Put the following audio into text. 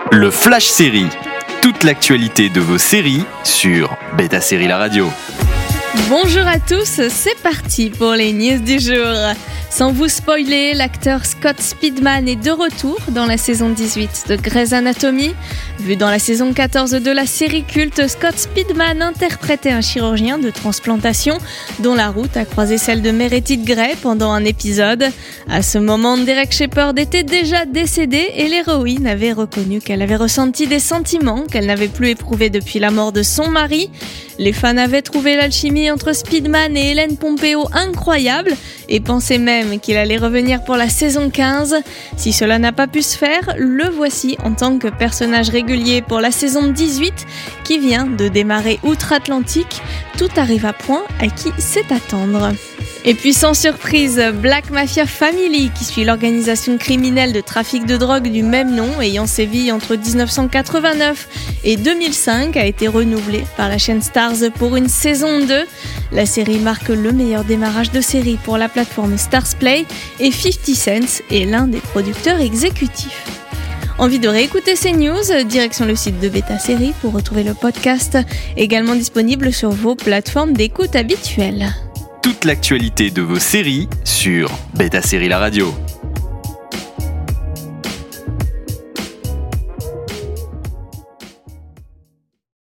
Le Flash Série. Toute l'actualité de vos séries sur Beta Série La Radio. Bonjour à tous, c'est parti pour les news du jour. Sans vous spoiler, l'acteur Scott Speedman est de retour dans la saison 18 de Grey's Anatomy. Vu dans la saison 14 de la série culte, Scott Speedman interprétait un chirurgien de transplantation dont la route a croisé celle de Meredith Grey pendant un épisode. À ce moment, Derek Shepherd était déjà décédée et l'héroïne avait reconnu qu'elle avait ressenti des sentiments qu'elle n'avait plus éprouvés depuis la mort de son mari. Les fans avaient trouvé l'alchimie entre Speedman et Ellen Pompeo incroyable et pensaient même qu'il allait revenir pour la saison 15. Si cela n'a pas pu se faire, le voici en tant que personnage régulier pour la saison 18 qui vient de démarrer outre-Atlantique. Tout arrive à point, à qui sait attendre. Et puis sans surprise, Black Mafia Family, qui suit l'organisation criminelle de trafic de drogue du même nom, ayant sévi entre 1989 et 2005, a été renouvelée par la chaîne Stars pour une saison 2. La série marque le meilleur démarrage de série pour la plateforme Starzplay et 50 Cent est l'un des producteurs exécutifs. Envie de réécouter ces news? Direction le site de Beta Série pour retrouver le podcast, également disponible sur vos plateformes d'écoute habituelles. Toute l'actualité de vos séries sur Beta Série La Radio.